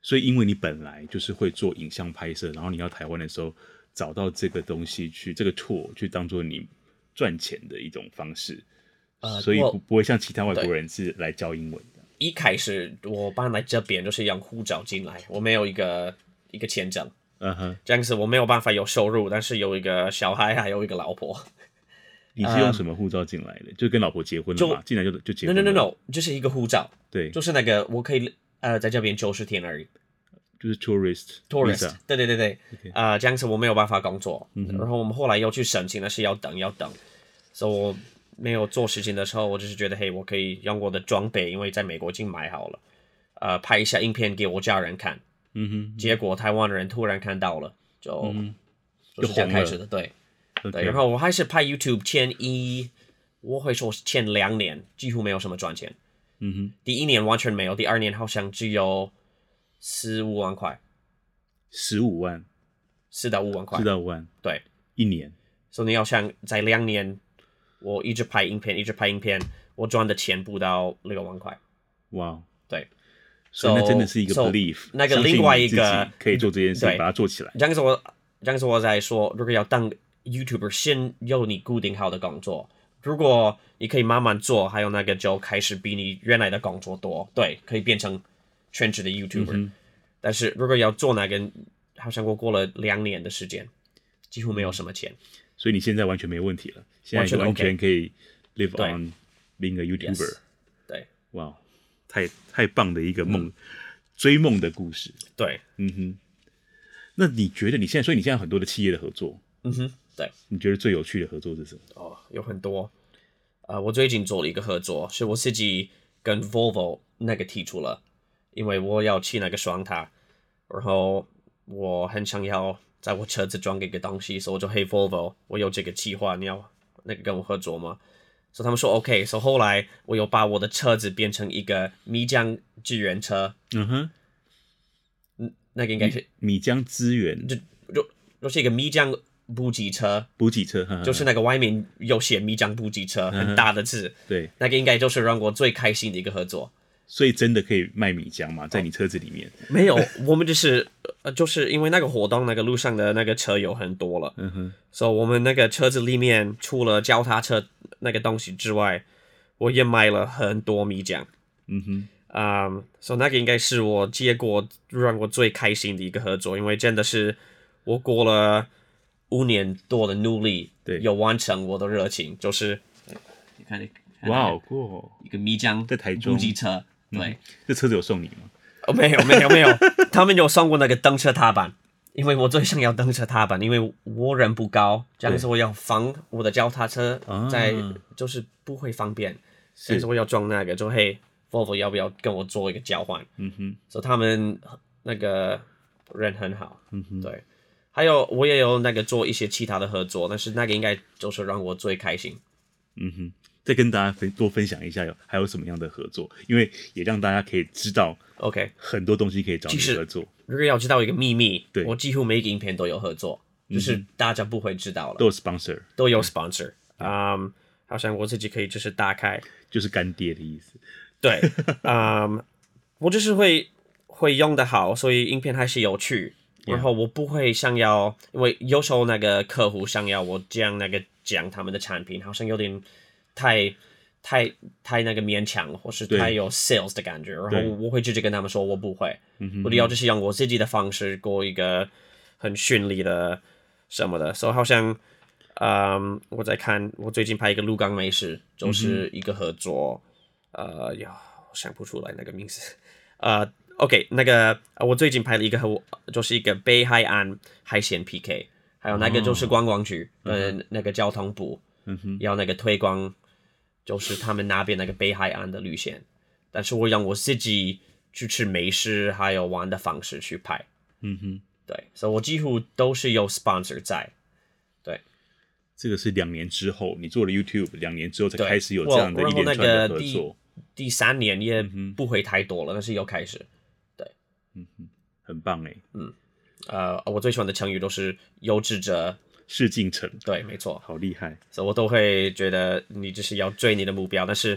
所以因为你本来就是会做影像拍摄，然后你到台湾的时候找到这个东西去这个 tool 去当做你赚钱的一种方式，呃、所以 不, 不会像其他外国人是来教英文的。 一开始我搬来这边就是用护照进来，我没有一个一个签证，嗯哼，这样子我没有办法有收入，但是有一个小孩还有一个老婆。 你是用什么护照进来的？ um, 就跟老婆结婚了嘛？进来就就结婚了 ？No no no no， 就是一个护照， 对， 就是那个我可以呃在这边九十天而已， 就是 tourist tourist， 对对对对，啊、okay. 呃，这样子我没有办法工作，嗯、然后我们后来又去申请，但是要等要等，所以我没有做事情的时候，我就是觉得嘿，我可以用我的装备，因为在美国已经买好了，呃，拍一下影片给我家人看，嗯哼，结果台湾的人突然看到了，就、嗯、就是这样开始的，对。Okay. 对，然后我还是拍 YouTube 前一，我会说前两年几乎没有什么赚钱。嗯哼，第一年完全没有，第二年好像只有十五万块。 十五万， 四到五万块。 四到五万， 对， 一年。 所以你要想在两年，我一直拍影片，一直拍影片，我赚的钱不到六万块。 哇、wow. 对， 所以那真的是一个 belief，、so, 那个另外一个可以做这件事，把它做起来。 这样子我，这样子我在说，如果要当 YouTuber 先有你固定好的工作，如果你可以慢慢做，还有那个就开始比你原来的工作多，对，可以变成全职的 YouTuber、嗯。但是如果要做那个，好像我过了两年的时间，几乎没有什么钱。 所以你现在完全没问题了，现在完全可以 live on being a YouTuber。 Yes, 对， 哇、wow, ，太太棒的一个梦、嗯，追梦的故事。 对， 嗯哼。那你觉得你现在，所以你现在有很多的企业的合作， 嗯哼。对， 你觉得最有趣的合作是什么？ 哦，有很多。呃，我最近做了一个合作，是我自己跟 Volvo 那个提出了，因为我要去那个双塔，然后我很想要在我车子装一个东西，所以我就嘿 Volvo， 我有这个计划，你要那个跟我合作吗？所以他们说 OK， 所以后来我有把我的车子变成一个米浆支援车。嗯哼，嗯，那个应该是米浆资源， 就就就是一个米浆补给车， 补给车呵呵就是那个外面有写米浆补给车，很大的字。 对， 那个应该就是让我最开心的一个合作。 所以真的可以卖米浆吗？在你车子里面？ 哦、没有，我们就是呃，就是因为那个活动，那个路上的那个车友很多了，嗯哼，所以我们那个车子里面除了脚踏车那个东西之外，我也买了很多米浆。嗯哼，啊、um, ，所以那个应该是我接过让我最开心的一个合作，因为真的是我过了五年多的努力，对，有完成我的热情，就是你看你， 哇哦，过一个米浆在台中补给车，对、 嗯，这车子有送你吗？ 哦，没有没有没有，他们有送过那个蹬车踏板，因为我最想要蹬车踏板，因为我人不高，这样子我要放我的脚踏车在、啊、就是不会方便，但是我要装那个，就嘿 Volvo 要不要跟我做一个交换？嗯哼，所以他们那个人很好，嗯哼，对。还有，我也有那个做一些其他的合作，但是那个应该就是让我最开心。 嗯哼，再跟大家分多分享一下有还有什么样的合作，因为也让大家可以知道 ，OK， 很多东西可以找你合作。 如果要知道一个秘密，对，我几乎每个影片都有合作，嗯、就是大家不会知道了， 都有 sponsor， 都有 sponsor， 嗯、um, ，好像我自己可以就是打开， 就是干爹的意思。 对，嗯、um, ，我就是会会用得好，所以影片还是有趣。然后我不会想要，因为有时候那个客户想要我这样那个讲他们的产品，好像有点太太太那个勉强，或是太有 sales 的感觉。然后我会直接跟他们说我不会，我的要就是用我自己的方式过一个很顺利的什么的。所以好像，嗯，我在看我最近拍一个鹿港美食，就是一个合作，嗯、呃，呀，我想不出来那个名字，呃。OK， 那个我最近拍了一个，就是一个北海岸海鲜 P K， 还有那个就是观光局跟、哦、那个交通部、嗯、要那个推广，就是他们那边那个北海岸的旅线，但是我用我自己去吃美食还有玩的方式去拍，嗯哼，对，所以我几乎都是有 sponsor 在，对， 这个是两年之后你做了 YouTube， 两年之后才开始有这样的一连串的合作， 第三年也不会太多了，但是又开始。 嗯哼，很棒哎。 嗯，呃，我最喜欢的成语都是有志者事竟成。 对，没错， 好厉害。 所以我都会觉得你就是要追你的目标，但是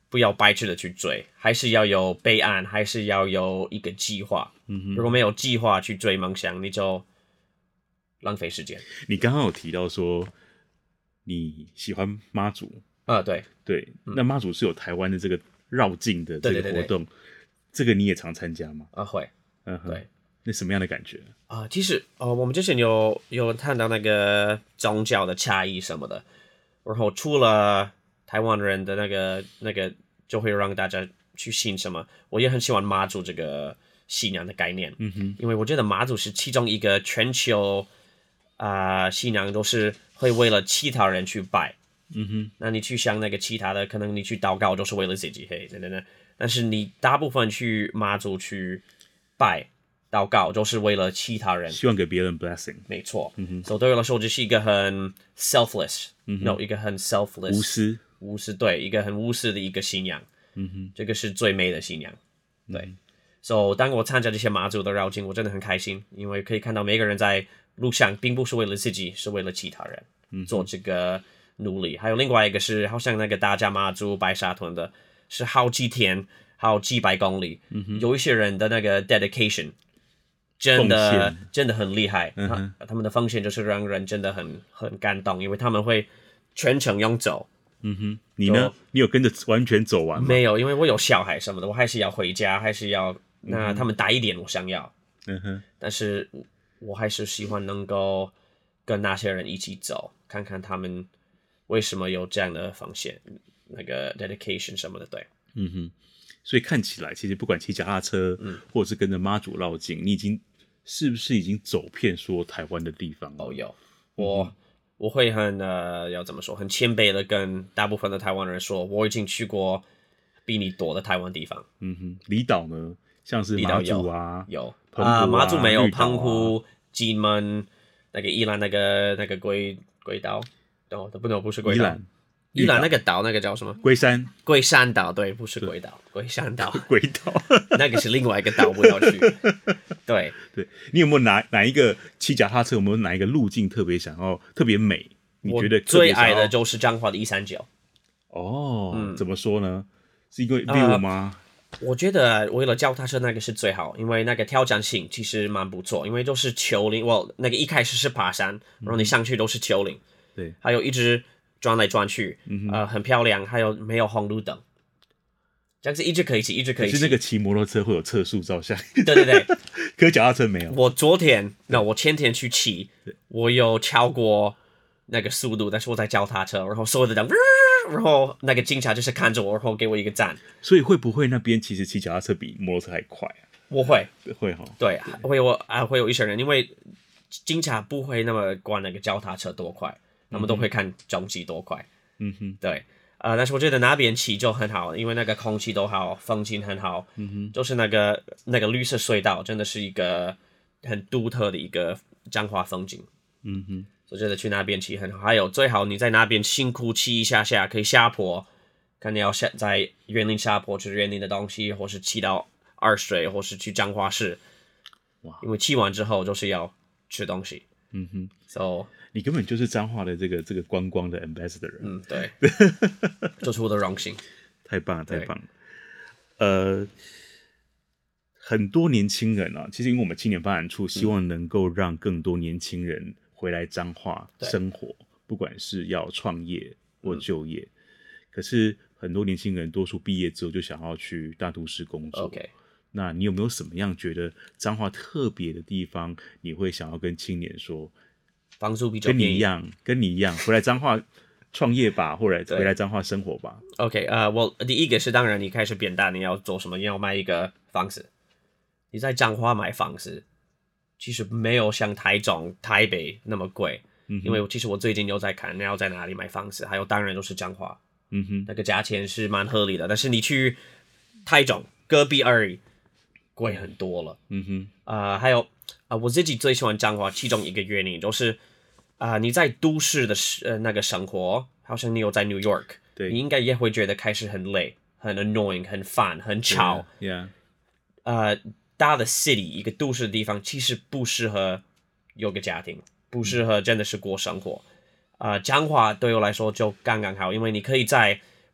不要白痴的去追，还是要有备案，还是要有一个计划。嗯、如果没有计划去追梦想，你就浪费时间。 你刚刚有提到说你喜欢妈祖， 啊，对对，嗯、那妈祖是有台湾的这个绕境的这个活动，对对对对，这个你也常参加吗？ 啊，会， 嗯，对。那什么样的感觉啊、呃？其实呃，我们之前有有谈到那个宗教的差异什么的，然后除了台湾人的那个那个，就会让大家去信什么。我也很喜欢妈祖这个信仰的概念，嗯哼，因为我觉得妈祖是其中一个全球啊、呃、信仰都是会为了其他人去拜，嗯哼。那你去想那个其他的，可能你去祷告都是为了自己，嘿，等等等。但是你大部分去妈祖去拜。祷告就是为了其他人， 希望给别人 blessing， 没错。嗯哼，所以对我来说，这是一个很 selfless， 嗯 no， 一个很 selfless， 无私， 无私，对，一个很无私的一个信仰。嗯哼，这个是最美的信仰。对，嗯、所以、so, 当我参加这些妈祖的绕境，我真的很开心，因为可以看到每个人在路上，并不是为了自己，是为了其他人、嗯、做这个努力。还有另外一个是，好像那个大甲妈祖白沙屯的，是好几天，好几百公里。嗯哼，有一些人的那个 dedication。真的真的很厉害、嗯、他们的奉献就是让人真的很很感动，因为他们会全程用走。 嗯哼，你呢？你有跟着完全走完吗？ 没有，因为我有小孩什么的，我还是要回家，还是要那他们大一点，我想要。嗯哼，但是我还是喜欢能够跟那些人一起走，看看他们为什么有这样的奉献，那个 dedication 什么的，对。 嗯哼。所以看起来，其实不管骑脚踏车，嗯，或者是跟着妈祖绕境，你已经是不是已经走遍说台湾的地方了？ 哦，有，我、嗯、我会很呃，要怎么说，很谦卑的跟大部分的台湾人说，我已经去过比你多的台湾地方。 嗯哼，离岛呢，像是马祖啊， 有啊，马祖没有，澎湖、金门，那个宜兰那个那个龟龟岛，哦，不能不是龟岛。宜兰那个岛，那个叫什么？ 龟山。 龟山岛，对，不是龟岛，龟山岛。 龟岛， 那个是另外一个岛，不要去。对对，你有没有哪哪一个骑脚踏车？有没有哪一个路径特别想要特别美？你觉得最爱的就是彰化的一三九。 哦，嗯、怎么说呢？是因为 view 吗、 呃？我觉得为了脚踏车那个是最好，因为那个挑战性其实蛮不错，因为都是丘陵。我那个一开始是爬山，然后你上去都是丘陵。嗯、 对， 还有一直。转来转去，嗯、呃，很漂亮，还有没有红绿灯，这样子一直可以骑，一直可以骑。 可是那个骑摩托车会有测速照相， 对对对， 可是脚踏车没有。 我昨天，那我前天去骑，我有超过那个速度，但是我在脚踏车，然后所有的人，然后那个警察就是看着我，然后给我一个赞。 所以会不会那边其实骑脚踏车比摩托车还快啊？ 我会， 会哈， 对，会有啊，会有一些人，因为警察不会那么管那个脚踏车多快。他们都会看总计多快，嗯哼，对，呃，但是我觉得那边骑就很好，因为那个空气都好，风景很好，嗯哼，就是那个那个绿色隧道真的是一个很独特的一个彰化风景，嗯哼，我觉得去那边骑很好，还有最好你在那边辛苦骑一下下，可以下坡，看你要下在园林下坡吃园林的东西，或是骑到二水，或是去彰化市，哇，因为骑完之后就是要吃东西，嗯哼 ，so。 你根本就是彰化的这个这个观光的 ambassador。 嗯，对，这是我的荣幸。 太棒了，太棒了。呃，很多年轻人啊，其实因为我们青年发展处希望能够让更多年轻人回来彰化生活，不管是要创业或就业。嗯、可是很多年轻人多数毕业之后就想要去大都市工作。 Okay. 那你有没有什么样觉得彰化特别的地方，你会想要跟青年说？ 房租比较便宜，跟你一样，跟你一样，回来彰化创业吧，或者回来彰化生活吧。 OK， 呃，我第一个是当然，你开始变大，你要做什么？你要买一个房子。你在彰化买房子，其实没有像台中、台北那么贵，嗯、因为其实我最近有在看，你要在哪里买房子，还有当然都是彰化，嗯哼，那个价钱是蛮合理的。但是你去台中隔壁而已，贵很多了，嗯哼，啊、呃，还有。啊、呃，我自己最喜欢彰化，其中一个原因就是啊、呃，你在都市的呃那个生活，好像你有在 New York， 对，你应该也会觉得开始很累、很 annoying、很烦、很吵。 Yeah， 呃，大的 city 一个都市的地方，其实不适合有个家庭，不适合真的是过生活。啊、呃，彰化对我来说就刚刚好，因为你可以在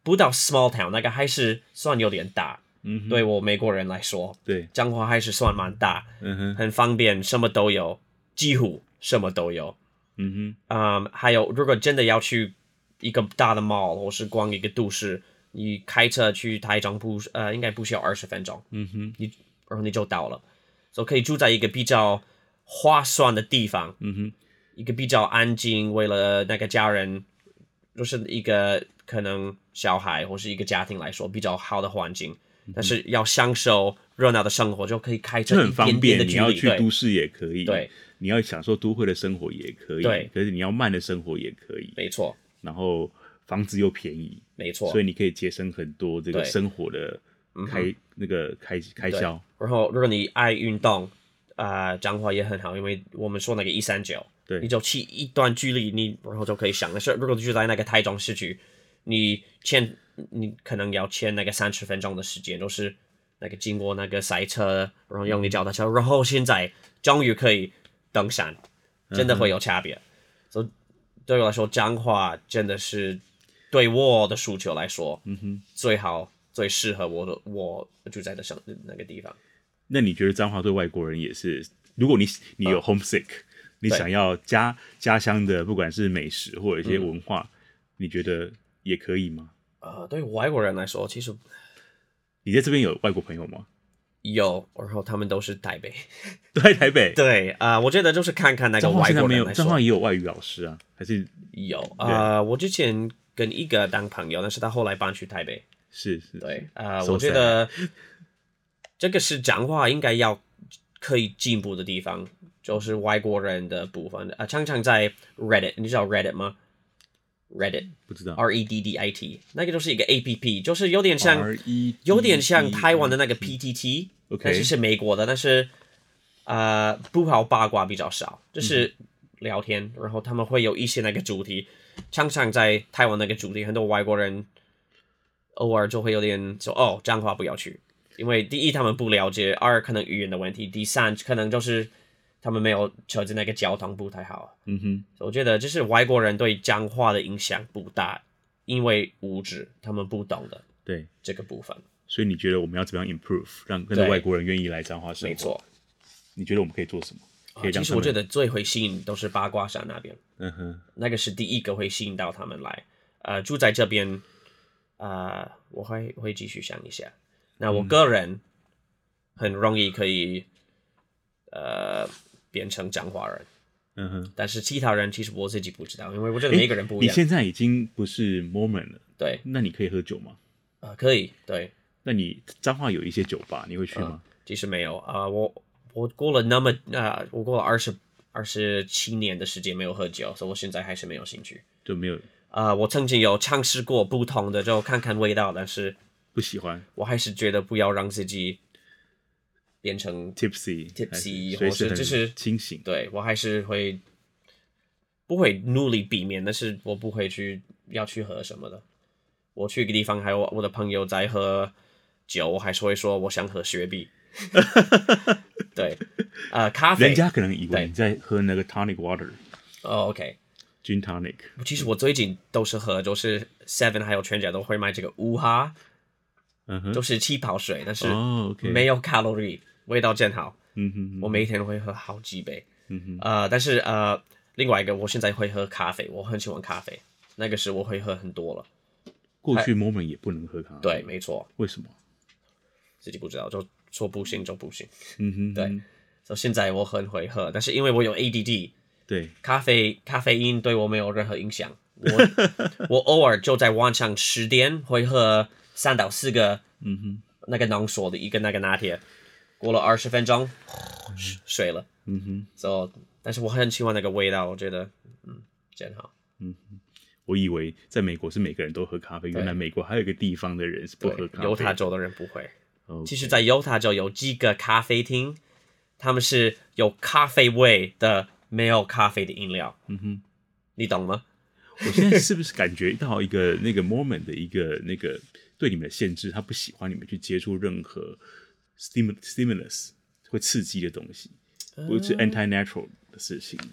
不到 small town， 那个还是算有点大。嗯，对我美国人来说， 对， 彰化还是算蛮大，嗯哼，很方便，什么都有，几乎什么都有。嗯哼，嗯，还有如果真的要去一个大的 mall 或是逛一个都市，你开车去台中不呃应该不需要二十分钟。嗯哼，你然后你就到了，所以可以住在一个比较划算的地方。嗯哼，一个比较安静，为了那个家人，就是一个可能小孩或是一个家庭来说比较好的环境。但是要享受热闹的生活，就可以开车一点点的距离。 你要去都市也可以， 对， 你要享受都会的生活也可以， 对。 可是你要慢的生活也可以， 没错。 然后房子又便宜， 没错， 所以你可以节省很多这个生活的开、嗯、那个开开销。 然后，如果你爱运动，啊、呃，彰化也很好，因为我们说那个一三九， 对， 你就骑一段距离，你然后就可以上。但是如果就在那个台中市区，你签你可能要签那个三十分钟的时间，都、就是那个经过那个塞车，然后用你脚踏车，然后现在终于可以登山，真的会有差别。所以、嗯 so, 对我来说，彰化真的是对我的需求来说，嗯哼，最好最适合我的我住在的省那个地方。 那你觉得彰化对外国人也是？如果你你有 homesick，、嗯、你想要家家乡的，不管是美食或者一些文化，嗯、你觉得也可以吗？ 呃，对外国人来说，其实你在这边有外国朋友吗？ 有，然后他们都是台北， 都在台北。 对啊、呃，我觉得就是看看那个外国人来说， 彰化也有外语老师啊，还是有啊、呃？我之前跟一个当朋友，但是他后来搬去台北。 是是， 对啊、呃，我觉得这个是彰化应该要可以进步的地方，就是外国人的部分啊、呃，常常在 Reddit， 你知道 Reddit 吗？Reddit 不知道 ，R E D D I T， 那个就是一个 A P P， 就是有点像，有点像台湾的那个 P T T， 但是是美国的，但是呃不好八卦比较少，就是聊天，然后他们会有一些那个主题，常常在台湾那个主题，很多外国人偶尔就会有点说哦，彰化不要去，因为第一他们不了解，二可能语言的问题，第三可能就是他们没有车子那个交通不太好。嗯哼，我觉得就是外国人对彰化的影响不大，因为物质他们不懂的。 对这个部分， 所以你觉得我们要怎么样 improve， 让更多外国人愿意来彰化生活？ 没错。 你觉得我们可以做什么？可以让他们、 啊、其实我觉得最会吸引都是八卦山那边。嗯哼，那个是第一个会吸引到他们来。呃，住在这边，呃，我会会继续想一下。那我个人很容易可以，呃，变成彰化人。嗯哼，但是其他人其实我自己不知道，因为我觉得每个人不一样。 你现在已经不是 Mormon 了， 对， 那你可以喝酒吗？ 啊、呃，可以，对。 那你彰化有一些酒吧，你会去吗？ 呃、其实没有啊、呃，我我过了那么啊、呃，我过了二十二十七年的时间没有喝酒，所以我现在还是没有兴趣， 就没有啊、呃。我曾经有尝试过不同的，就看看味道，但是不喜欢。 我还是觉得不要让自己变成 tipsy tipsy， 或是就是清醒。 对我还是会不会努力避免，但是我不会去要去喝什么的。我去一个地方，还有我的朋友在喝酒，我还是会说我想喝雪碧。对，呃，咖啡， 人家可能以为你在喝那个 tonic water。 哦 ，OK，gin tonic。 其实我最近都是喝，就是 Seven 还有全家都会卖这个乌哈，嗯哼，就是气泡水，但是没有卡路里，味道真好。嗯哼，我每天会喝好几杯。嗯哼，呃，但是呃，另外一个我现在会喝咖啡，我很喜欢咖啡，那个是我会喝很多了。 过去 Moment 也不能喝咖啡， 对，没错。 为什么？ 自己不知道，就说不行就不行。嗯哼，对。所以现在我很会喝，但是因为我有 A D D， 对， 咖啡咖啡因对我没有任何影响。我我偶尔就在晚上十点会喝三到四个，嗯哼，那个浓缩的一个那个拿铁，过了二十分钟，嗯、睡了。嗯哼，所、so, 但是我很喜欢那个味道，我觉得嗯真好。 嗯哼。我以为在美国是每个人都喝咖啡，原来美国还有一个地方的人是不喝咖啡的。 犹他州的人不会。Okay. 其实，在犹他州有几个咖啡厅，他们是有咖啡味的，没有咖啡的饮料。嗯哼，你懂吗？ 我现在是不是感觉到一个那个 Mormon 的一个那个对你们的限制？他不喜欢你们去接触任何 stimulus 会刺激的东西，不是 anti-natural 的事情。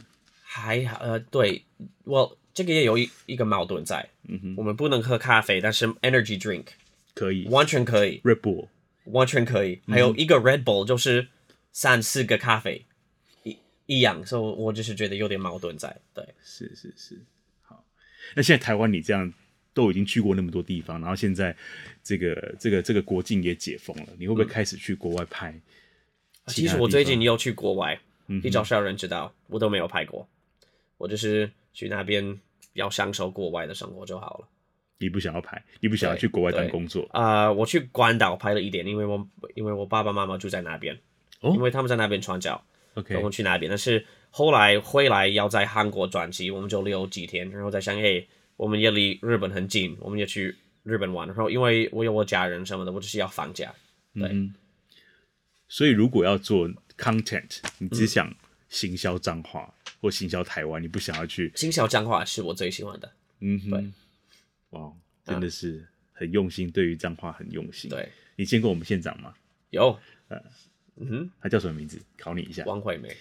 还呃，对，我这个也有一一个矛盾在，嗯哼，我们不能喝咖啡，但是 energy drink 可以， 完全可以 ，Red Bull 完全可以，还有一个 Red Bull 就是三四个咖啡一一样，所以我就是觉得有点矛盾在，对， 是是是，好，那现在台湾你这样都已经去过那么多地方，然后现在这个这个这个国境也解封了，你会不会开始去国外拍？嗯、 其实我最近又去国外，比较少人知道，我都没有拍过。我就是去那边要享受国外的生活就好了。 你不想要拍，你不想要去国外当工作啊、呃？我去关岛拍了一点，因为我因为我爸爸妈妈住在那边，哦、因为他们在那边传教， OK， 我们去那边。但是后来回来要在韩国转机，我们就留几天，然后再想，嘿，我们也离日本很近，我们也去日本玩。然后因为我有我家人什么的，我就是要放假。对，嗯、 所以如果要做 content， 你只想行销彰化。嗯或行销台湾，你不想要去行销彰化是我最喜欢的。 嗯哼，对，哇，真的是很用心，嗯、对于彰化很用心。 对， 你见过我们县长吗？ 有， 呃，嗯哼，他叫什么名字？考你一下。 王惠美。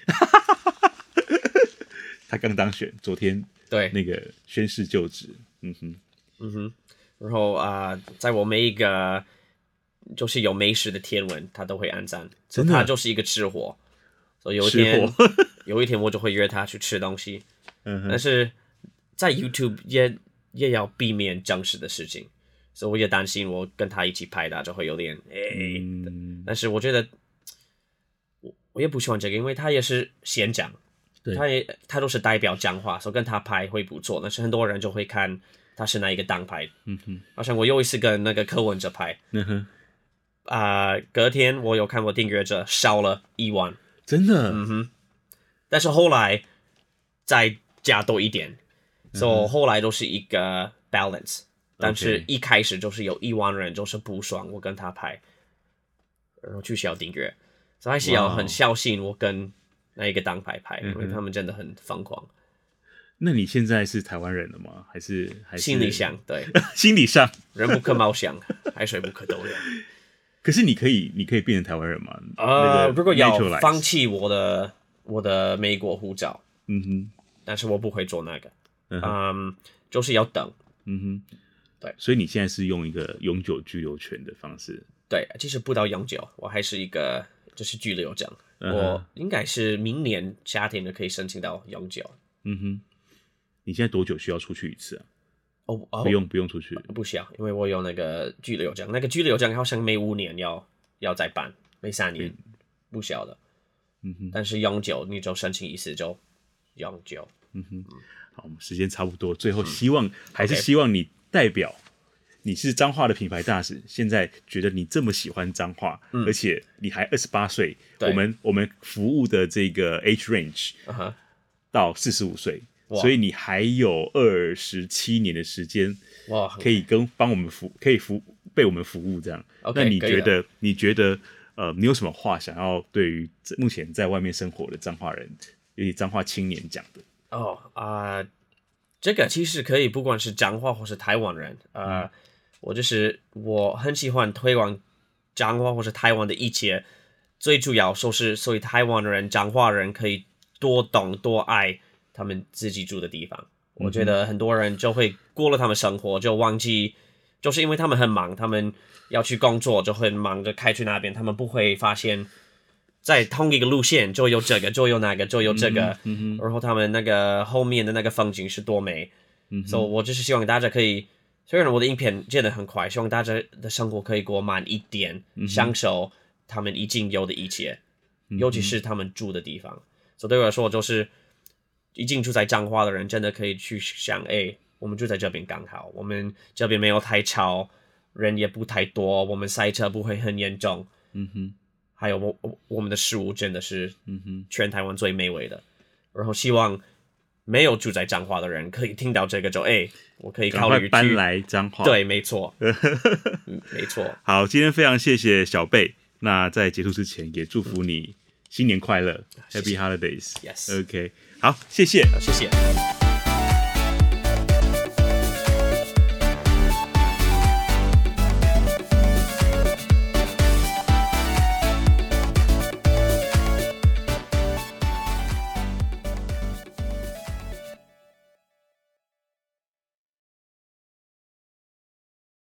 他刚当选，昨天对那个宣誓就职。嗯哼， 嗯哼，然后啊、呃，在我每一个就是有美食的贴文，他都会按赞， 真的， 他就是一个吃货。所以有一天，有一天我就会约他去吃东西，嗯、但是在 YouTube 也也要避免真实的事情，所以我也担心我跟他一起拍的就会有点哎、欸嗯，但是我觉得我我也不喜欢这个，因为他也是先讲，他也他都是代表讲话，所以跟他拍会不错，但是很多人就会看他是哪一个党派，嗯哼，好像我有一次跟那个柯文哲拍，嗯哼，啊、呃，隔天我有看我订阅者少了一万。 真的， 嗯哼，但是后来再加多一点，所以、嗯 so, 后来都是一个 balance， 但是一开始就是有一万人就是不爽我跟他拍，然后取消订阅，所以还是要很小心我跟那一个党派拍，因为他们真的很疯狂。 那你现在是台湾人了吗？还是还是心理上对， 心理上人不可貌相，海水不可斗量。 可是你可以，你可以变成台湾人吗？ 呃，那个、如果要放弃我的我的美国护照，嗯哼，但是我不会做那个，嗯, 嗯，就是要等， 嗯哼，对，所以你现在是用一个永久居留权的方式， 对，其实不到永久，我还是一个就是居留证，嗯、我应该是明年夏天就可以申请到永久， 嗯哼，你现在多久需要出去一次啊？ 哦哦， 不用不用出去， 不需要，因为我有那个居留证，那个居留证好像每五年要要再办，每三年不需要的。嗯哼，但是永久你就申请一次就永久。 嗯哼，好，我们时间差不多，最后希望、嗯、还是希望你代表，你是彰化的品牌大使，现在觉得你这么喜欢彰化、嗯，而且你还二十八岁，我们我们服务的这个 age range、uh-huh. 到四十五岁。所以你还有二十七年的时间，哇，可以跟帮我们服，可以服被我们服务这样。Okay, 那你觉得？你觉得呃，你有什么话想要对于目前在外面生活的彰化人，尤其彰化青年讲的？ 哦啊、呃，这个其实可以，不管是彰化或是台湾人，呃、嗯，我就是我很喜欢推广彰化或是台湾的一切，最主要说是，所以台湾人、彰化人可以多懂多爱他们自己住的地方，我觉得很多人就会过了他们生活就忘记，就是因为他们很忙，他们要去工作就会忙着开去那边，他们不会发现在同一个路线就有这个就有那个就有这个、嗯嗯、然后他们那个后面的那个风景是多美、嗯、所以我就是希望大家可以，虽然我的影片剪得很快，希望大家的生活可以过慢一点、嗯、享受他们已经有的一切、嗯、尤其是他们住的地方，所以对我来说就是已经住在彰化的人真的可以去想，哎、欸，我们住在这边刚好，我们这边没有太吵，人也不太多，我们塞车不会很严重，嗯哼，还有我我们的食物真的是，嗯哼，全台湾最美味的，然后希望没有住在彰化的人可以听到这个就，哎、欸，我可以考虑去搬来彰化， 对，没错，嗯、没错。 好，今天非常谢谢小贝，那在结束之前也祝福你新年快乐、嗯、，Happy Holidays，Yes，OK。Okay. 好，谢谢， 谢谢。